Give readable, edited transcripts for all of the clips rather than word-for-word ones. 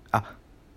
あ、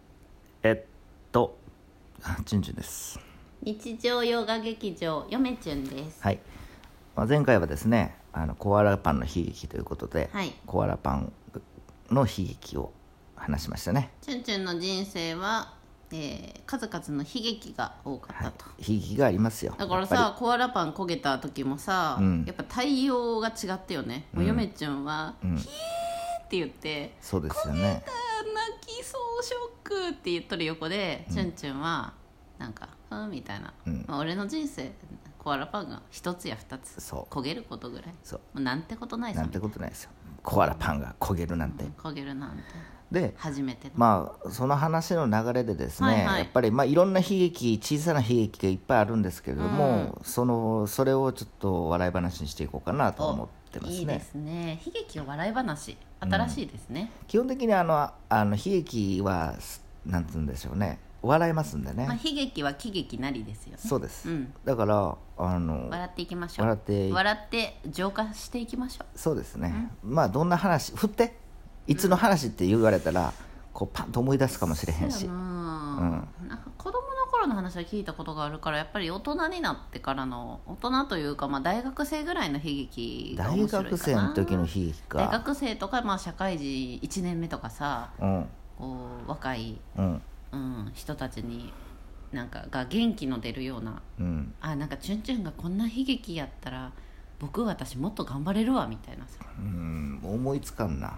チュンチュンです。 日常洋画劇場よめちゅんです。 はい。前回はですね、コアラパンの悲劇ということで、 はい、 コアラパンの悲劇を話しましたね。 チュンチュンの人生は、数々の悲劇が多かったと、 悲劇がありますよ。 だからさ、コアラパン焦げた時もさ、やっぱ対応が違ったよね。もうよめちゅんは、ひえーって言って、 そうですよね。 焦げた、泣きそうショックって言っとる横で、チュンチュンはなんかみたいな、俺の人生コアラパンが一つや二つ焦げることぐらい、もうなんてことないさ、 なんてことないですよ。コアラパンが焦げるなんて、 焦げるなんてで初めての、その話の流れでですね、やっぱりいろんな悲劇、小さな悲劇がいっぱいあるんですけれども、それをちょっと笑い話にしていこうかなと思ってますね。 いいですね。悲劇を笑い話、新しいですね。 基本的に悲劇はなんて言うんでしょうね、笑えますんでね。 悲劇は喜劇なりですよね。 そうです、だから笑っていきましょう。笑って浄化していきましょう。 そうですね、どんな話振っていつの話って言われたら、こうパンと思い出すかもしれへんし、 なんか子供の頃の話は聞いたことがあるから、やっぱり大人になってからの、大人というか、大学生ぐらいの悲劇が面白いかな。 大学生の時の悲劇か。 大学生とか、社会人1年目とかさ、こう若い、人たちになんかが元気の出るような、なんかチュンチュンがこんな悲劇やったら私もっと頑張れるわみたいなさ、 思いつかんな。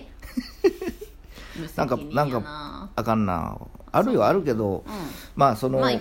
なんかあかんな。あるよ、あるけど、こんな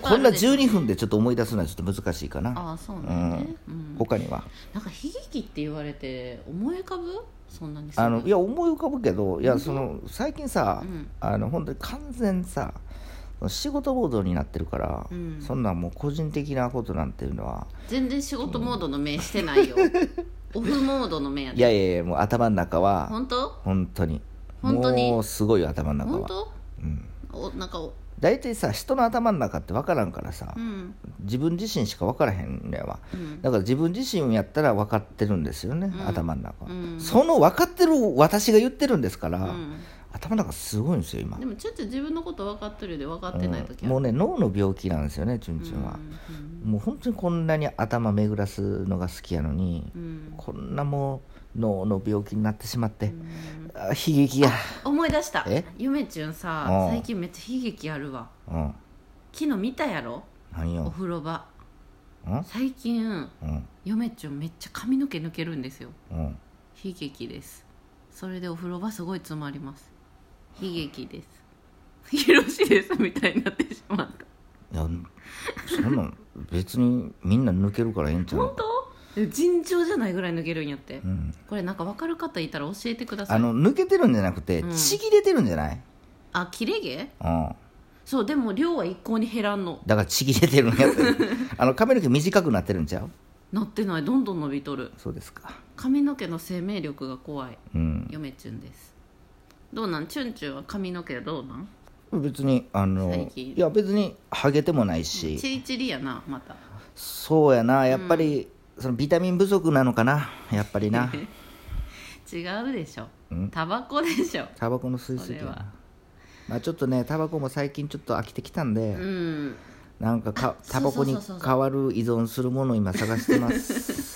12分でちょっと思い出すのはちょっと難しいかな。 そうなんね。 他にはなんか悲劇って言われて思い浮かぶ？そんなにいや思い浮かぶけど、いや最近さ、本当に完全さ仕事モードになってるから、そんなもう個人的なことなんていうのは全然仕事モードの目してないよ。オフモードの目やで。 いやもう頭の中は本当にもうすごいよ、頭の中は。なんか大体さ、人の頭の中って分からんからさ、自分自身しか分からへんのやわ、だから自分自身やったら分かってるんですよね、頭の中は、その分かってる私が言ってるんですから、頭の中すごいんですよ今。 でもちょっと自分のこと分かってるで分かってない時は、 もうね、脳の病気なんですよね、チュンチュンは。もう本当にこんなに頭巡らすのが好きやのに、こんなもう脳の病気になってしまって、悲劇や。 思い出した。ゆめちゅんさ、最近めっちゃ悲劇あるわ。昨日見たやろ。 何よ。 お風呂場。最近、ゆめちゅんめっちゃ髪の毛抜けるんですよ。悲劇です。それでお風呂場すごい詰まります。悲劇です。ヒロシですみたいになってしまった。 いや、そんなん別にみんな抜けるからええんちゃう。 本当？尋常じゃないぐらい抜けるんやって、これなんか分かる方いたら教えてください。 抜けてるんじゃなくて、ちぎれてるんじゃない？ 切れ毛？そう、でも量は一向に減らんの。 だからちぎれてるんやって髪の毛短くなってるんちゃう？ なってない、どんどん伸びとる。 そうですか。 髪の毛の生命力が怖い、よめちゅんです。どうなん？チュンチュンは髪の毛どうなん？ 別にいや別にハゲてもないし、 チリチリやな。またそうやな、やっぱり、そのビタミン不足なのかな、やっぱりな。 違うでしょ、タバコでしょ。 タバコの吸い過ぎや。ちょっとね、タバコも最近ちょっと飽きてきたんで、なんかタバコに代わる依存するものを今探してます。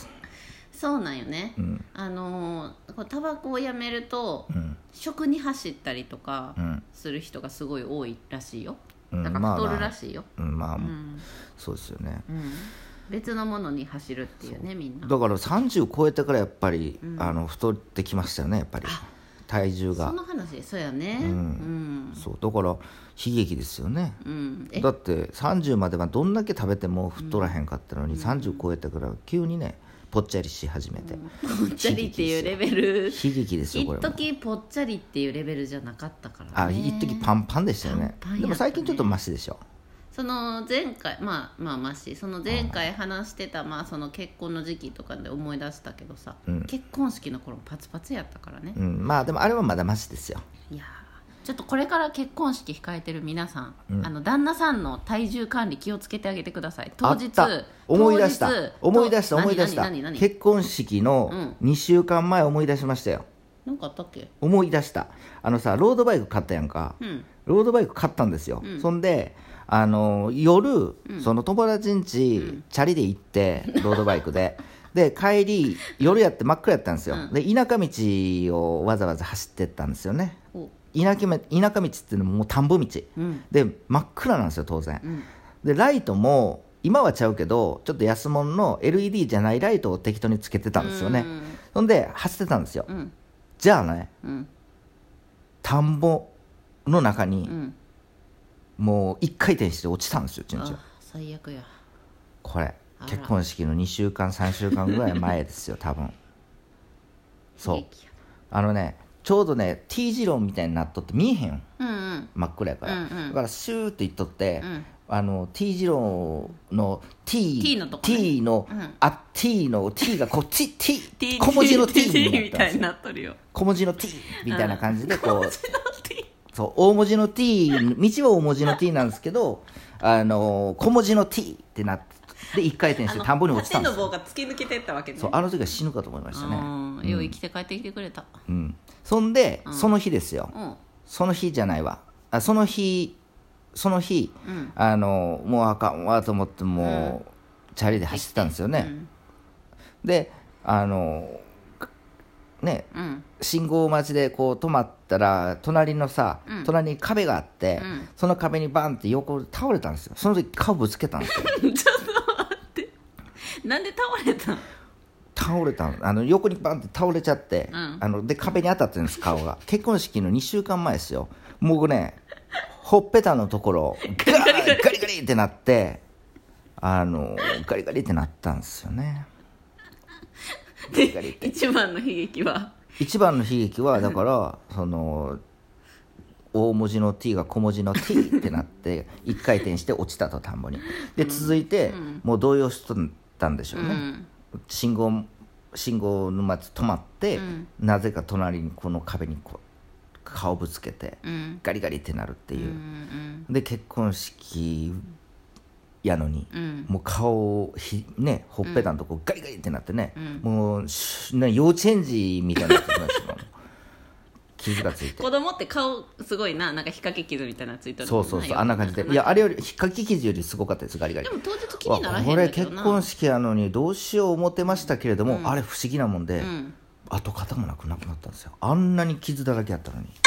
そうなんよね、タバコをやめると、食に走ったりとかする人がすごい多いらしいよ。だから太るらしいよ。 そうですよね、 別のものに走るっていうね、みんな。 だから30超えてからやっぱり、太ってきましたよね、やっぱり体重が。 その話、そうやね。 そうだから悲劇ですよね、だって30まではどんだけ食べても太らへんかったのに、30超えてから急にねぽっちゃりし始めて、 ぽっちゃりっていうレベル、 悲劇ですよこれ。 一時ぽっちゃりっていうレベルじゃなかったからね。 一時パンパンでしたよね。でも最近ちょっとマシでしょ。 その前回マシ、その前回話してた、その結婚の時期とかで思い出したけどさ、結婚式の頃パツパツやったからね。 でもあれはまだマシですよ。 いやちょっとこれから結婚式控えてる皆さん、旦那さんの体重管理気をつけてあげてください。当日思い出した結婚式の2週間前思い出しましたよ。 なんかあったっけ？ 思い出した。ロードバイク買ったやんか、 ロードバイク買ったんですよ、そんで夜、その友達ん家、チャリで行ってロードバイクでで帰り夜やって真っ暗やったんですよ、で田舎道をわざわざ走ってったんですよね。田舎道っていうのももう田んぼ道、で真っ暗なんですよ当然、でライトも今はちゃうけどちょっと安物の LED じゃないライトを適当につけてたんですよね、そんで走ってたんですよ、じゃあね、田んぼの中に、もう一回転して落ちたんですよ。 最悪や。 これ結婚式の2週間3週間ぐらい前ですよ多分。そうちょうどね T 字路みたいになっとって見えへん、真っ暗やから、だからシューっていっとって、T 字路の T のとこ、ね、T の、T の T がこう T 小文字の T みたいになっとるよ。小文字の T みたいな感じでこうそう大文字の T、 道は大文字の T なんですけど小文字の T ってなってで一回転して田んぼに落ちたんですよ。 縦の棒が突き抜けてったわけね。 そう時は死ぬかと思いましたね。 よう生きて帰ってきてくれた。 そんで、その日ですよ、その日じゃないわその日、もうあかんわと思ってもう、チャリで走ってたんですよね、で信号待ちでこう止まったら隣に壁があって、その壁にバンって横で倒れたんですよ。その時顔ぶつけたんですよちょっと待って、なんで倒れたの横にバンって倒れちゃって、で壁に当たってるんです顔が。結婚式の2週間前ですよ。もうねほっぺたのところガリガリってなってガリガリってなったんですよね。 で一番の悲劇はだから大文字の T が小文字の T ってなって一回転して落ちたと田んぼに。で続いて、もう動揺しとったんでしょうね、信号の待ち止まって、なぜか隣にこの壁にこう顔ぶつけて、ガリガリってなるっていう、で結婚式やのに、もう顔ほっぺたのとこガリガリってなってね、もう幼稚園児みたいになってきました傷がついて。 子供って顔すごいなんか引っ掛け傷みたいなのついてるそうあんな感じで。いやあれより引っ掛け傷よりすごかったです。ガリガリ。 でも当日気にならへんこれ結婚式やのにどうしよう思ってましたけれども、あれ不思議なもんで、跡形もなくなったんですよ。あんなに傷だらけやったのに。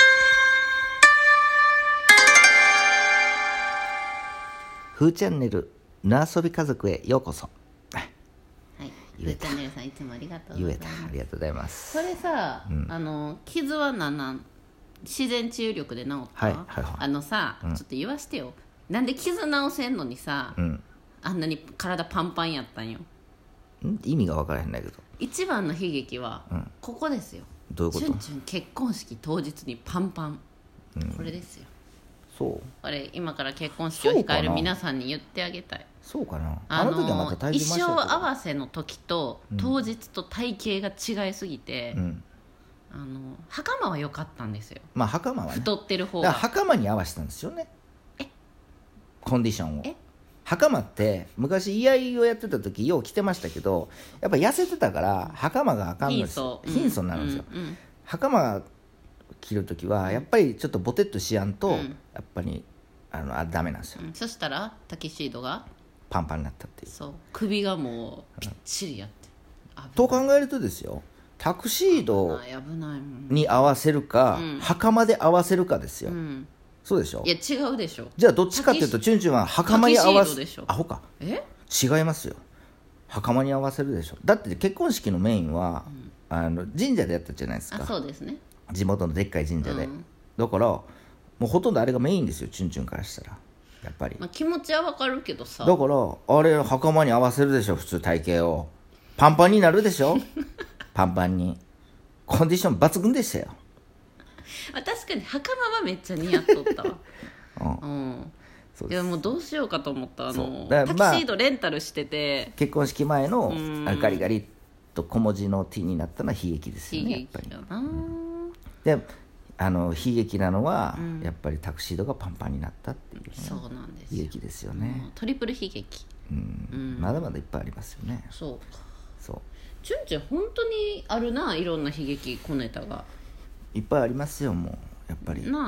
ふーチャンネルの遊び家族へようこそ。 ふーチャンネルさんいつもありがとうございます。 ありがとうございます。 それさ、傷はなん自然治癒力で治った、ちょっと言わしてよ。なんで傷治せんのにさ、あんなに体パンパンやったんよ。 意味が分からへんだけど、 一番の悲劇は、ここですよ。 どういうこと？ チュンチュン結婚式当日にパンパン、これですよ。 そうあれ今から結婚式を控える皆さんに言ってあげたい。 そうかな。時はまた体重増した衣装合わせの時と当日と体型が違いすぎて、袴は良かったんですよ。 袴はね、 太ってる方が袴に合わせたんですよね、コンディションを。袴って昔居合をやってた時よう着てましたけど、やっぱ痩せてたから袴があかんのですよ。貧相になるんですよ、袴着る時はやっぱりちょっとボテッとしやんと、やっぱりダメなんですよ、 そしたらタキシードがパンパンになったっていう。 そう首がもうぴっちりやって、 と考えるとですよ、タクシードに合わせるか、袴で合わせるかですよ、そうでしょ。 いや違うでしょ。 じゃあどっちかっていうとチュンチュンは袴に合わせる。アホか。違いますよ。袴に合わせるでしょ。だって結婚式のメインは、神社でやったじゃないですか。 そうですね。 地元のでっかい神社で、だからもうほとんどあれがメインですよ、チュンチュンからしたら。やっぱり、 気持ちはわかるけどさ、 だからあれ袴に合わせるでしょ。普通体型をパンパンになるでしょパンパンに。コンディション抜群でしたよ。 確かに袴はめっちゃ似合っとったわいやもうどうしようかと思った。タキシードレンタルしてて、 結婚式前のガリガリと小文字の T になったのは悲劇ですよね。 悲劇やな。 で悲劇なのは、やっぱりタクシードがパンパンになったっていう、 そうなんですよ。 悲劇ですよね、 トリプル悲劇、 まだまだいっぱいありますよね。 そうチュンチュン本当にあるな、いろんな悲劇小ネタがいっぱいありますよ。もうやっぱりな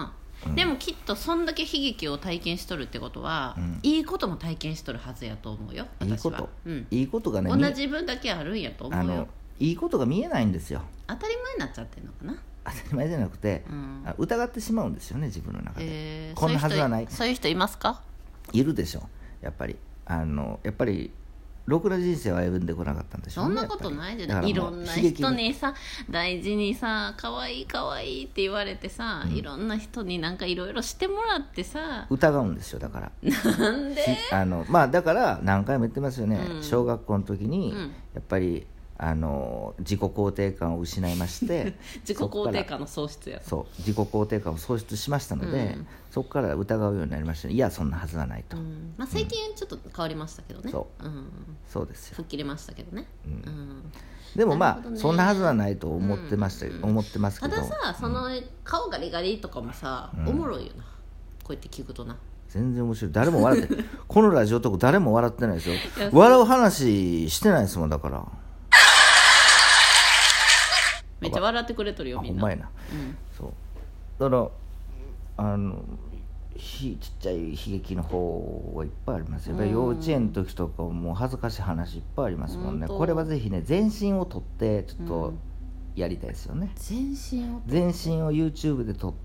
でもきっとそんだけ悲劇を体験しとるってことは、いいことも体験しとるはずやと思うよ、私は。 いいことがね、 同じ分だけあるんやと思うよ。 いいことが見えないんですよ。 当たり前になっちゃってるのかな。 当たり前じゃなくて、疑ってしまうんですよね、自分の中で。こんなはずはない。 そういう人いますか？ いるでしょ、やっぱり。やっぱりろくな人生を歩んでこなかったんでしょうね。 そんなことないじゃない。いろんな人にさ、大事にさ、可愛い可愛いって言われてさ、いろんな人になんかいろいろしてもらってさ、 疑うんですよ。だからなんでだから何回も言ってますよね、小学校の時に、やっぱり自己肯定感を失いまして自己肯定感の喪失や。 そう自己肯定感を喪失しましたので、そこから疑うようになりましたね。いやそんなはずはないと、 最近ちょっと変わりましたけどね。 そうですよ。 吹っ切れましたけどね。 でもそんなはずはないと思ってますけど、 たださ、その顔ガリガリとかもさ、おもろいよな、こうやって聞くとな。 全然面白い。誰も笑ってこのラジオとこ誰も笑ってないですよ。笑う話してないですもん。だからめっちゃ笑ってくれとるよ、みんな。 ほんまやな。そうだからちっちゃい悲劇の方はいっぱいありますよ。やっぱり幼稚園の時とかもう恥ずかしい話いっぱいありますもんね。これはぜひね、全身を撮ってちょっとやりたいですよね。 全身を YouTube で撮って、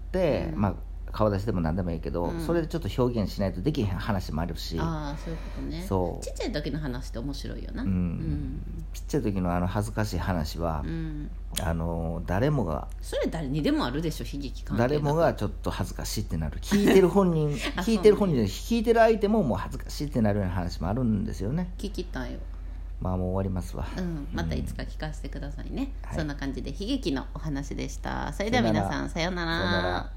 顔出しでも何でもいいけど、それでちょっと表現しないとできへん話もあるし。 そういうことね。そうちっちゃい時の話って面白いよな。 ちっちゃい時の恥ずかしい話は、誰もが、 それ誰にでもあるでしょ、悲劇関係。 誰もがちょっと恥ずかしいってなる。聞いてる本人聞いてる相手ももう恥ずかしいってなるような話もあるんですよね。 聞きたいよ。 もう終わりますわ。 またいつか聞かせてくださいね。そんな感じで悲劇のお話でした。それでは皆さん、さようなら。